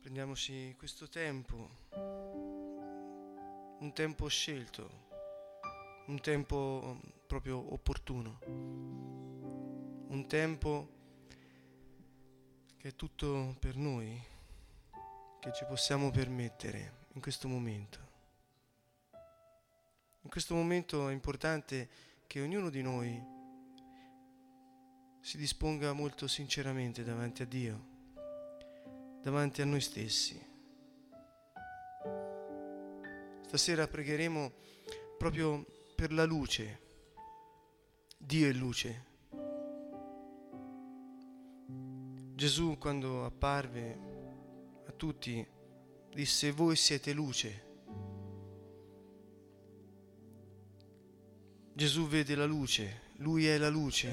Prendiamoci questo tempo, un tempo scelto, un tempo proprio opportuno, un tempo che è tutto per noi, che ci possiamo permettere in questo momento. In questo momento è importante che ognuno di noi si disponga molto sinceramente davanti a Dio, davanti a noi stessi. Stasera pregheremo proprio per la luce. Dio è luce. Gesù, quando apparve a tutti, disse: voi siete luce. Gesù vede la luce, Lui è la luce.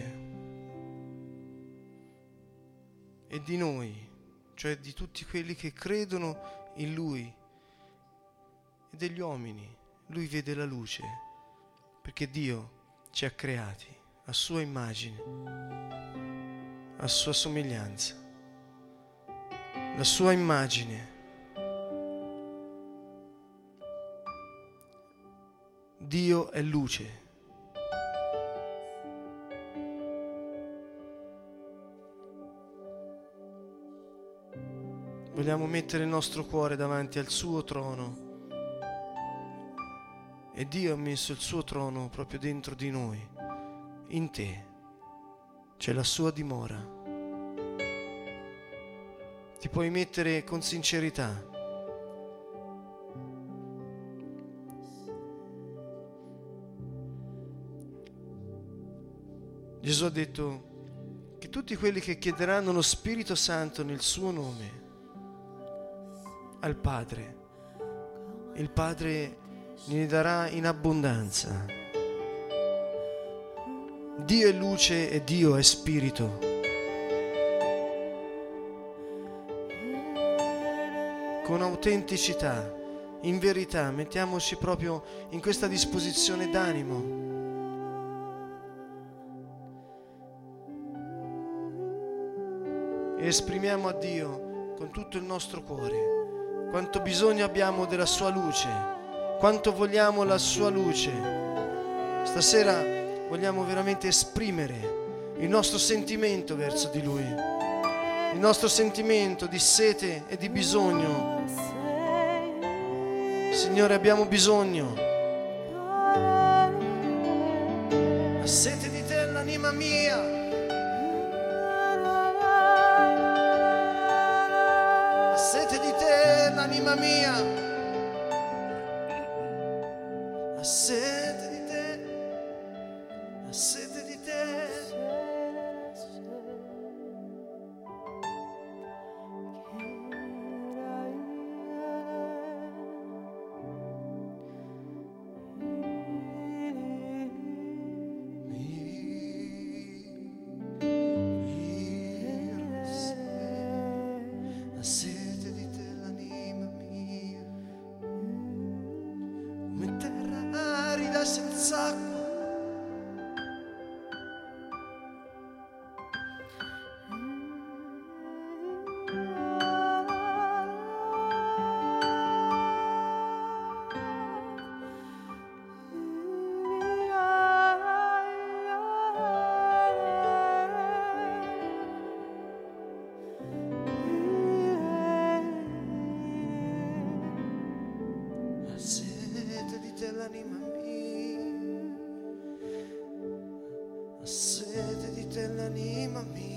E di noi, cioè di tutti quelli che credono in Lui e degli uomini, Lui vede la luce, perché Dio ci ha creati a sua immagine, a sua somiglianza. La sua immagine. Dio è luce. Vogliamo mettere il nostro cuore davanti al suo trono. E Dio ha messo il suo trono proprio dentro di noi. In te c'è la sua dimora. Ti puoi mettere con sincerità. Gesù ha detto che tutti quelli che chiederanno lo Spirito Santo nel suo nome al Padre, il Padre gliene darà in abbondanza. Dio è luce e Dio è spirito. Con autenticità, in verità, mettiamoci proprio in questa disposizione d'animo. E esprimiamo a Dio con tutto il nostro cuore quanto bisogno abbiamo della sua luce, quanto vogliamo la sua luce. Stasera vogliamo veramente esprimere il nostro sentimento verso di Lui, il nostro sentimento di sete e di bisogno. Signore, abbiamo bisogno. Ha sete di te l'anima mia. Ha sete di te l'anima mia. Ha sete di te. Ha sete di te. Ha sete di te l'anima mia, come terra arida senza acqua. Ha sete di te l'anima mia, ha sete di te l'anima mia.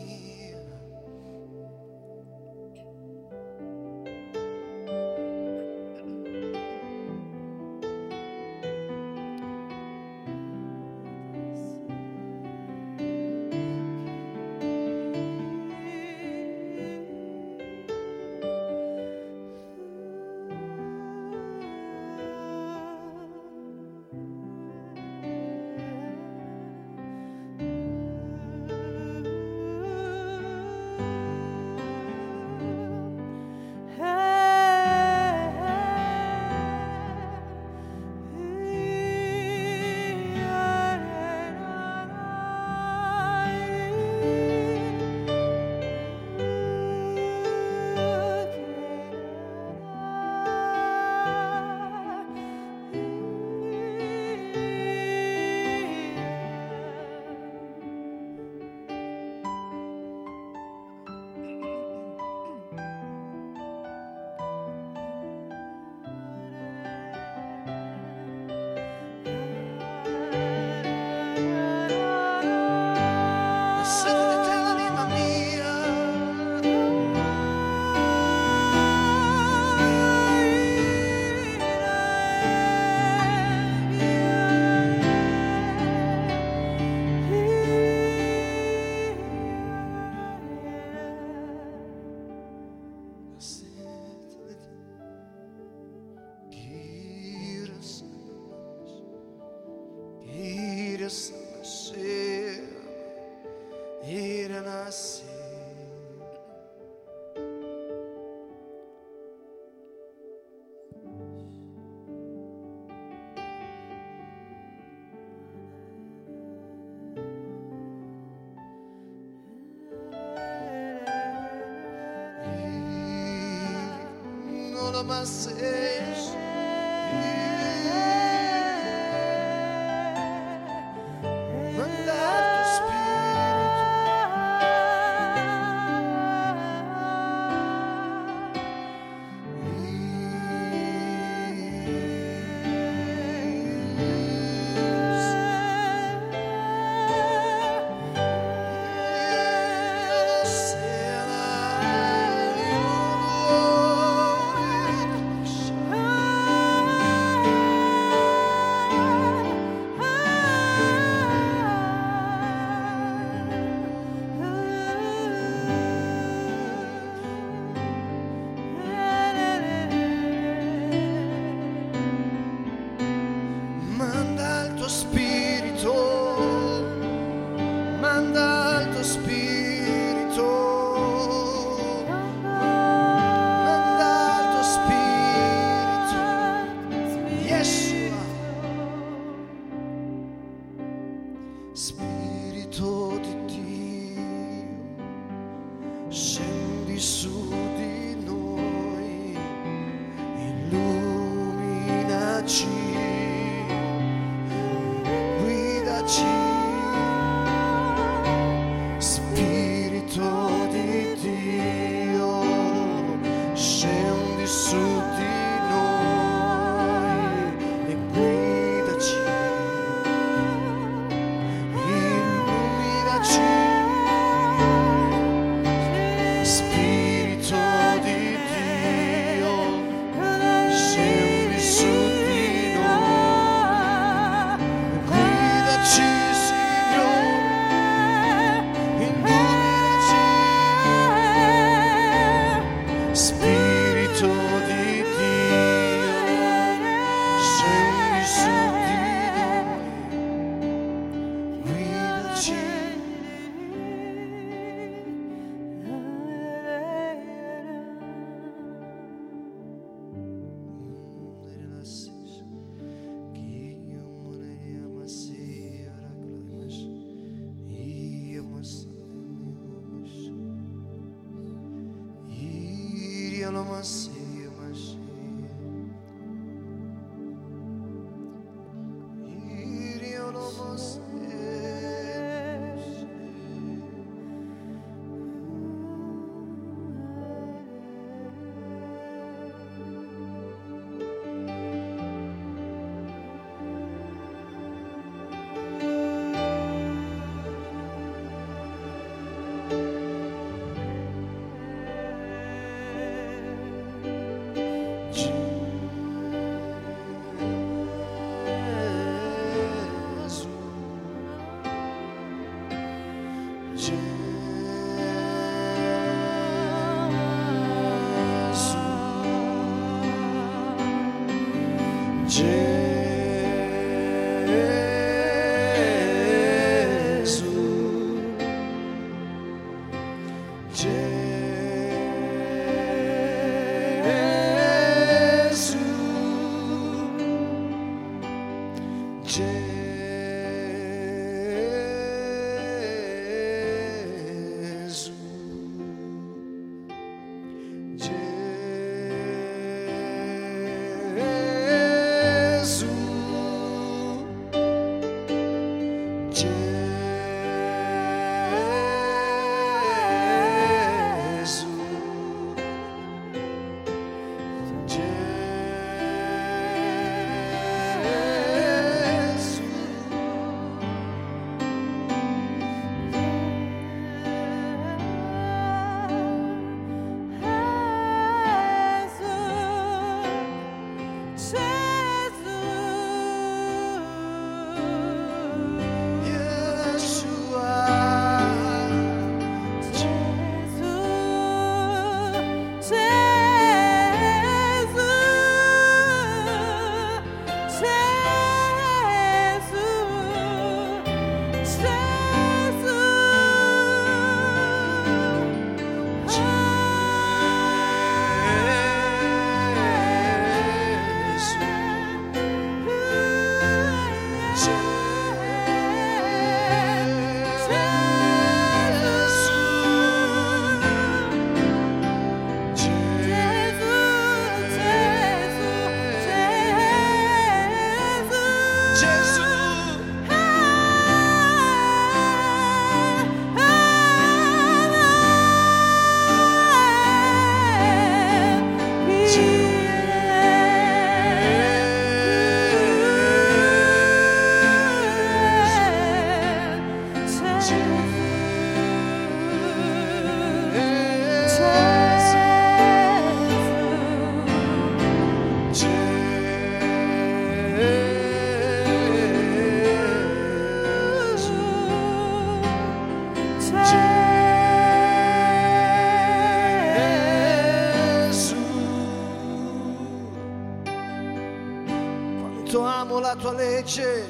Quanto amo la tua legge,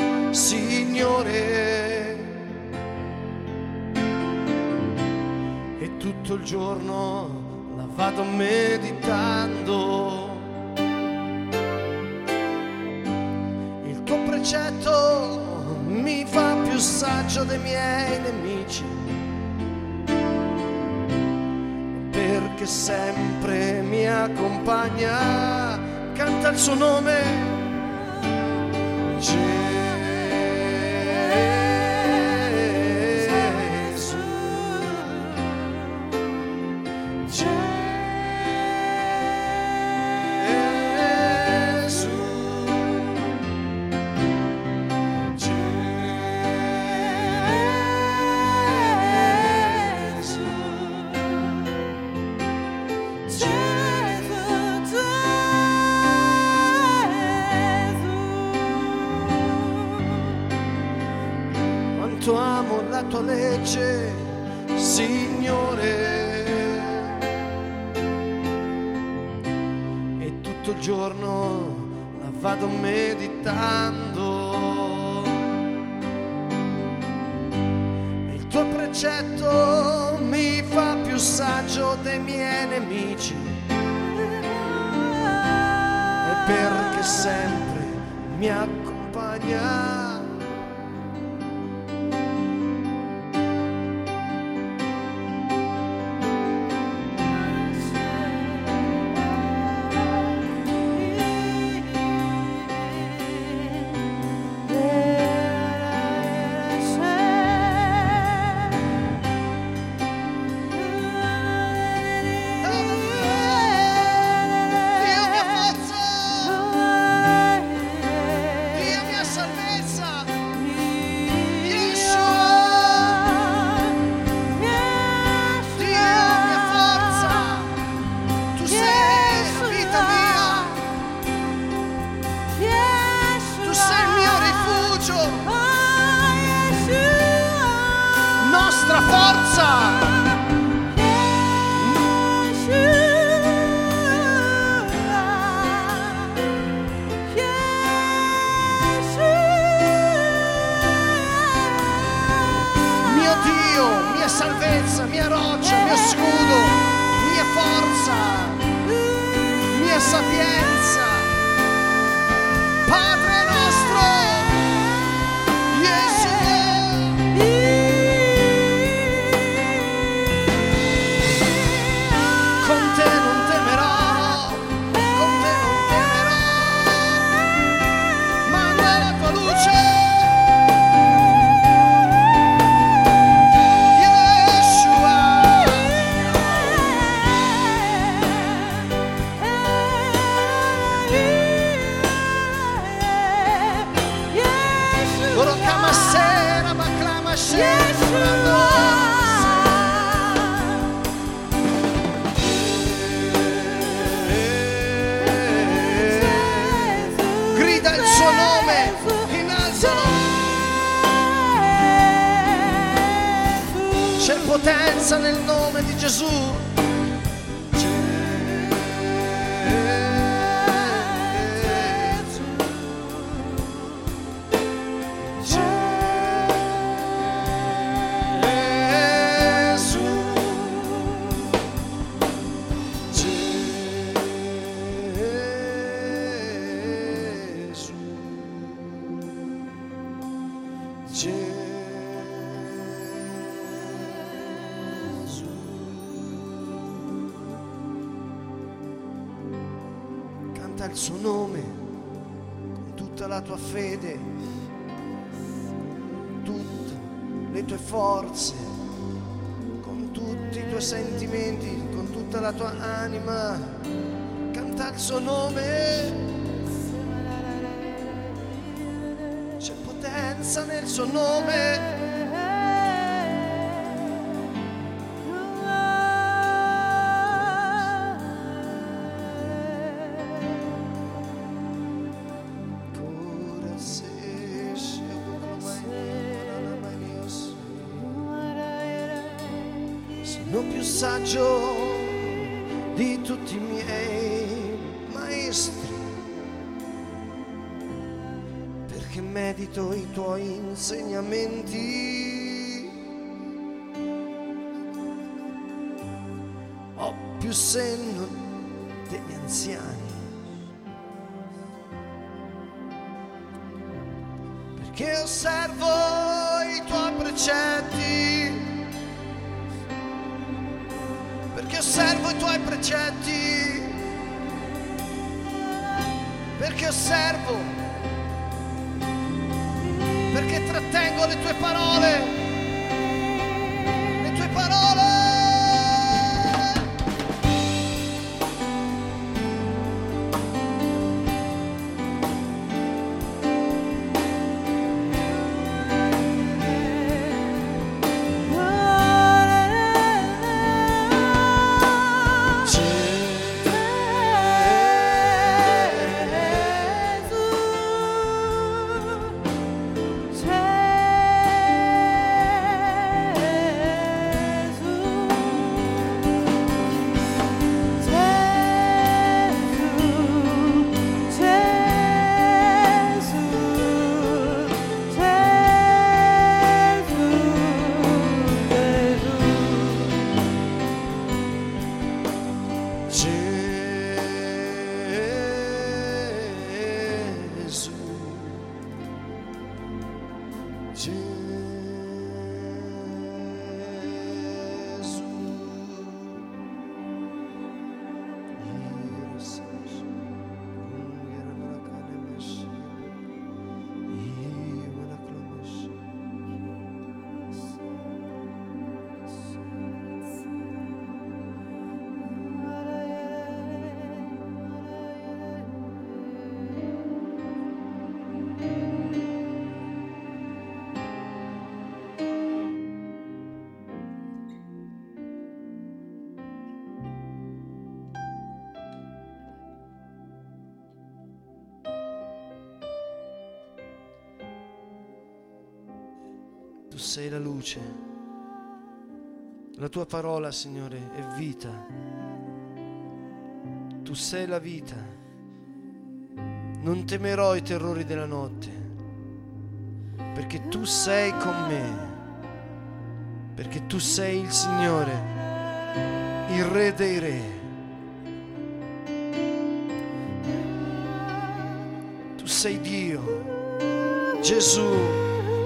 Signore, e tutto il giorno la vado meditando. Il tuo precetto mi fa più saggio dei miei nemici, perché sempre mi accompagna, canta il suo nome. Gesù, Gesù, quanto amo la tua legge, Signore, e tutto il giorno la vado meditando. Il tuo precetto mi fa più saggio dei miei nemici, e perché sempre mi accompagna. Nostra forza, mio Dio, mia salvezza, mia roccia, mio scudo, mia forza, mia sapienza, Padre nostro, Gesù. Con te non temerò, con te non temerò, manda la tua luce, Yeshua. Ora chiama sera, ma clama sera. Grida il suo nome, innalzalo. C'è potenza nel nome di Gesù. Canta il suo nome con tutta la tua fede, con tutte le tue forze, con tutti i tuoi sentimenti, con tutta la tua anima. Canta il suo nome. C'è potenza nel suo nome. Sono più saggio di tutti i miei maestri, perché medito i tuoi insegnamenti. Ho più senno degli anziani, perché osservo i tuoi precetti, perché osservo i tuoi precetti, perché osservo, perché trattengo le tue parole, le tue parole. Tu sei la luce, la tua parola, Signore, è vita. Tu sei la vita. Non temerò i terrori della notte, perché tu sei con me, perché tu sei il Signore, il Re dei Re. Tu sei Dio, Gesù.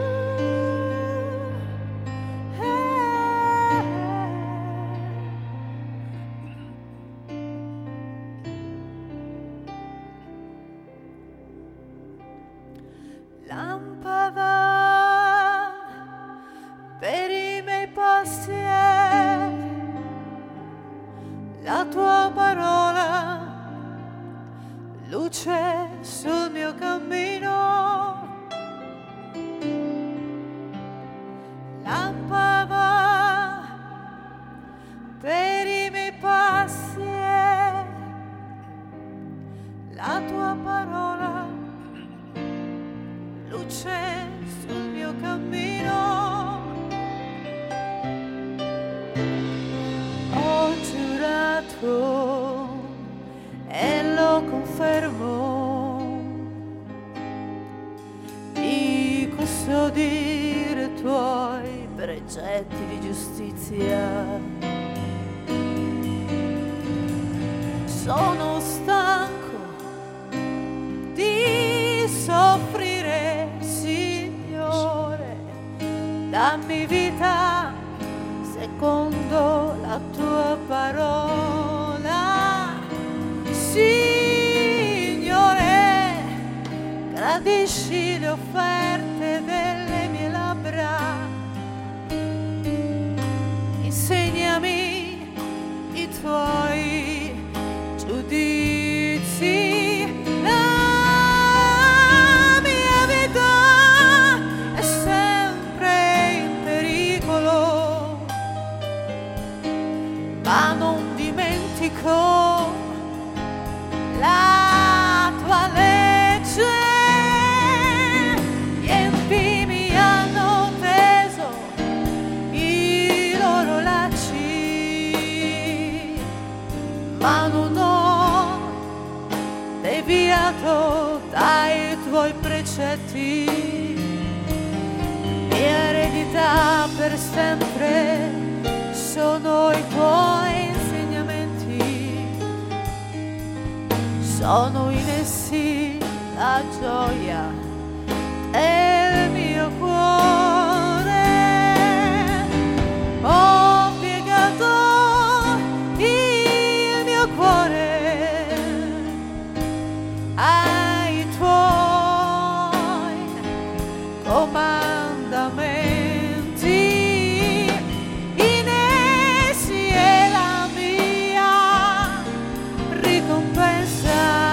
Lampada per i miei passi è la tua parola, luce sul mio cammino. Lampada per i miei passi è la tua parola, luce sul mio cammino. Ho giurato e lo confermo di custodire i tuoi precetti di giustizia. Sono stanco di soffrire, Signore, dammi vita secondo la tua parola. Signore, gradisci le offerte delle mie labbra, insegnami i tuoi giudizi. La mia vita è sempre in pericolo, ma non dimentico la tua legge. Gli empi mi hanno teso i loro lacci, ma non ho deviato dai tuoi precetti. Mia eredità per sempre sono i tuoi insegnamenti, sono in essi la gioia del mio cuore. Ho piegato il mio cuore ai tuoi comandamenti, in essi è la mia ricompensa.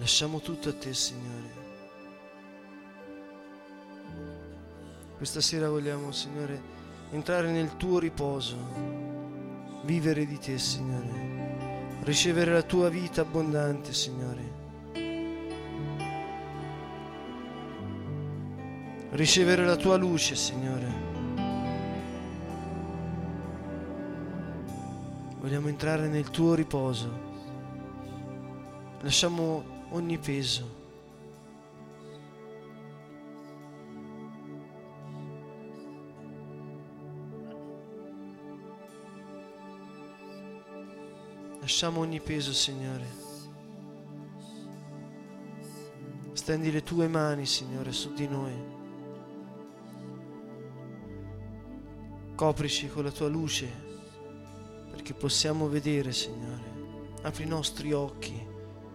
Lasciamo tutto a te, Signore. Questa sera vogliamo, Signore, entrare nel tuo riposo, vivere di te, Signore, ricevere la tua vita abbondante, Signore, ricevere la tua luce, Signore. Vogliamo entrare nel tuo riposo. Lasciamo ogni peso. Lasciamo ogni peso, Signore. Stendi le tue mani, Signore, su di noi. Coprici con la tua luce, perché possiamo vedere, Signore. Apri i nostri occhi.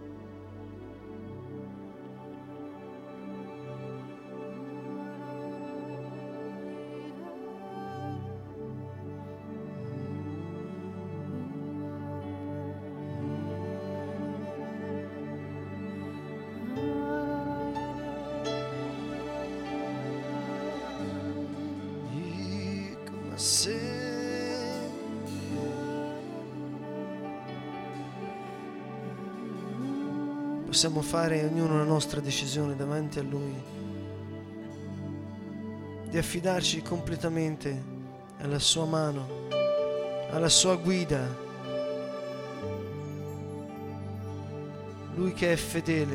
Possiamo fare ognuno la nostra decisione davanti a Lui, di affidarci completamente alla Sua mano, alla Sua guida. Lui che è fedele.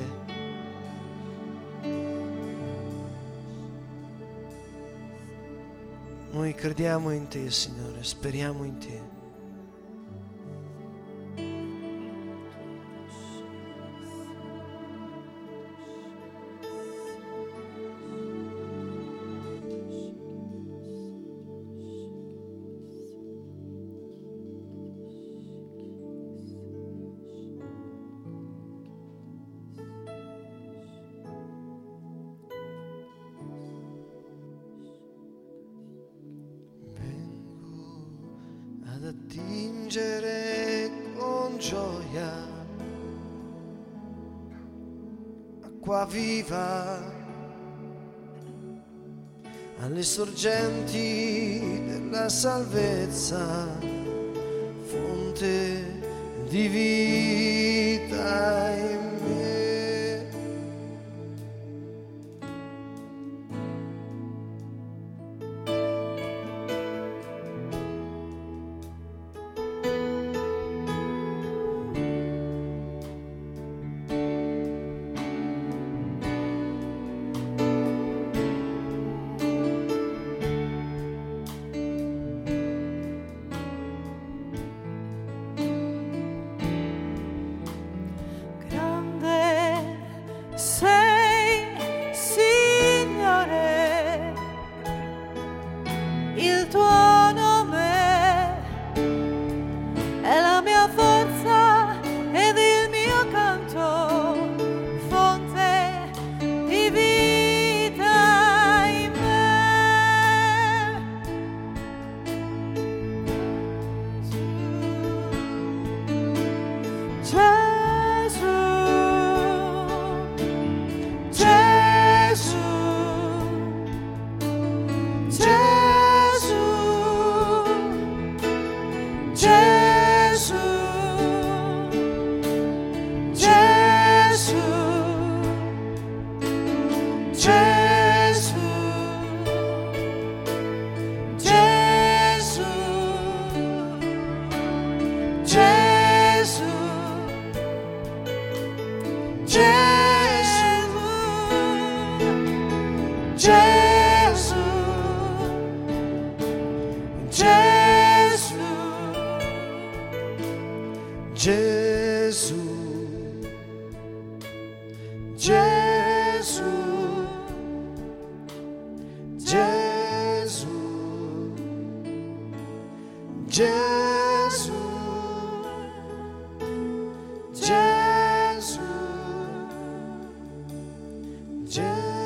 Noi crediamo in te, Signore, speriamo in te. Attingere con gioia acqua viva alle sorgenti della salvezza, fonte di vita in me. Gesù.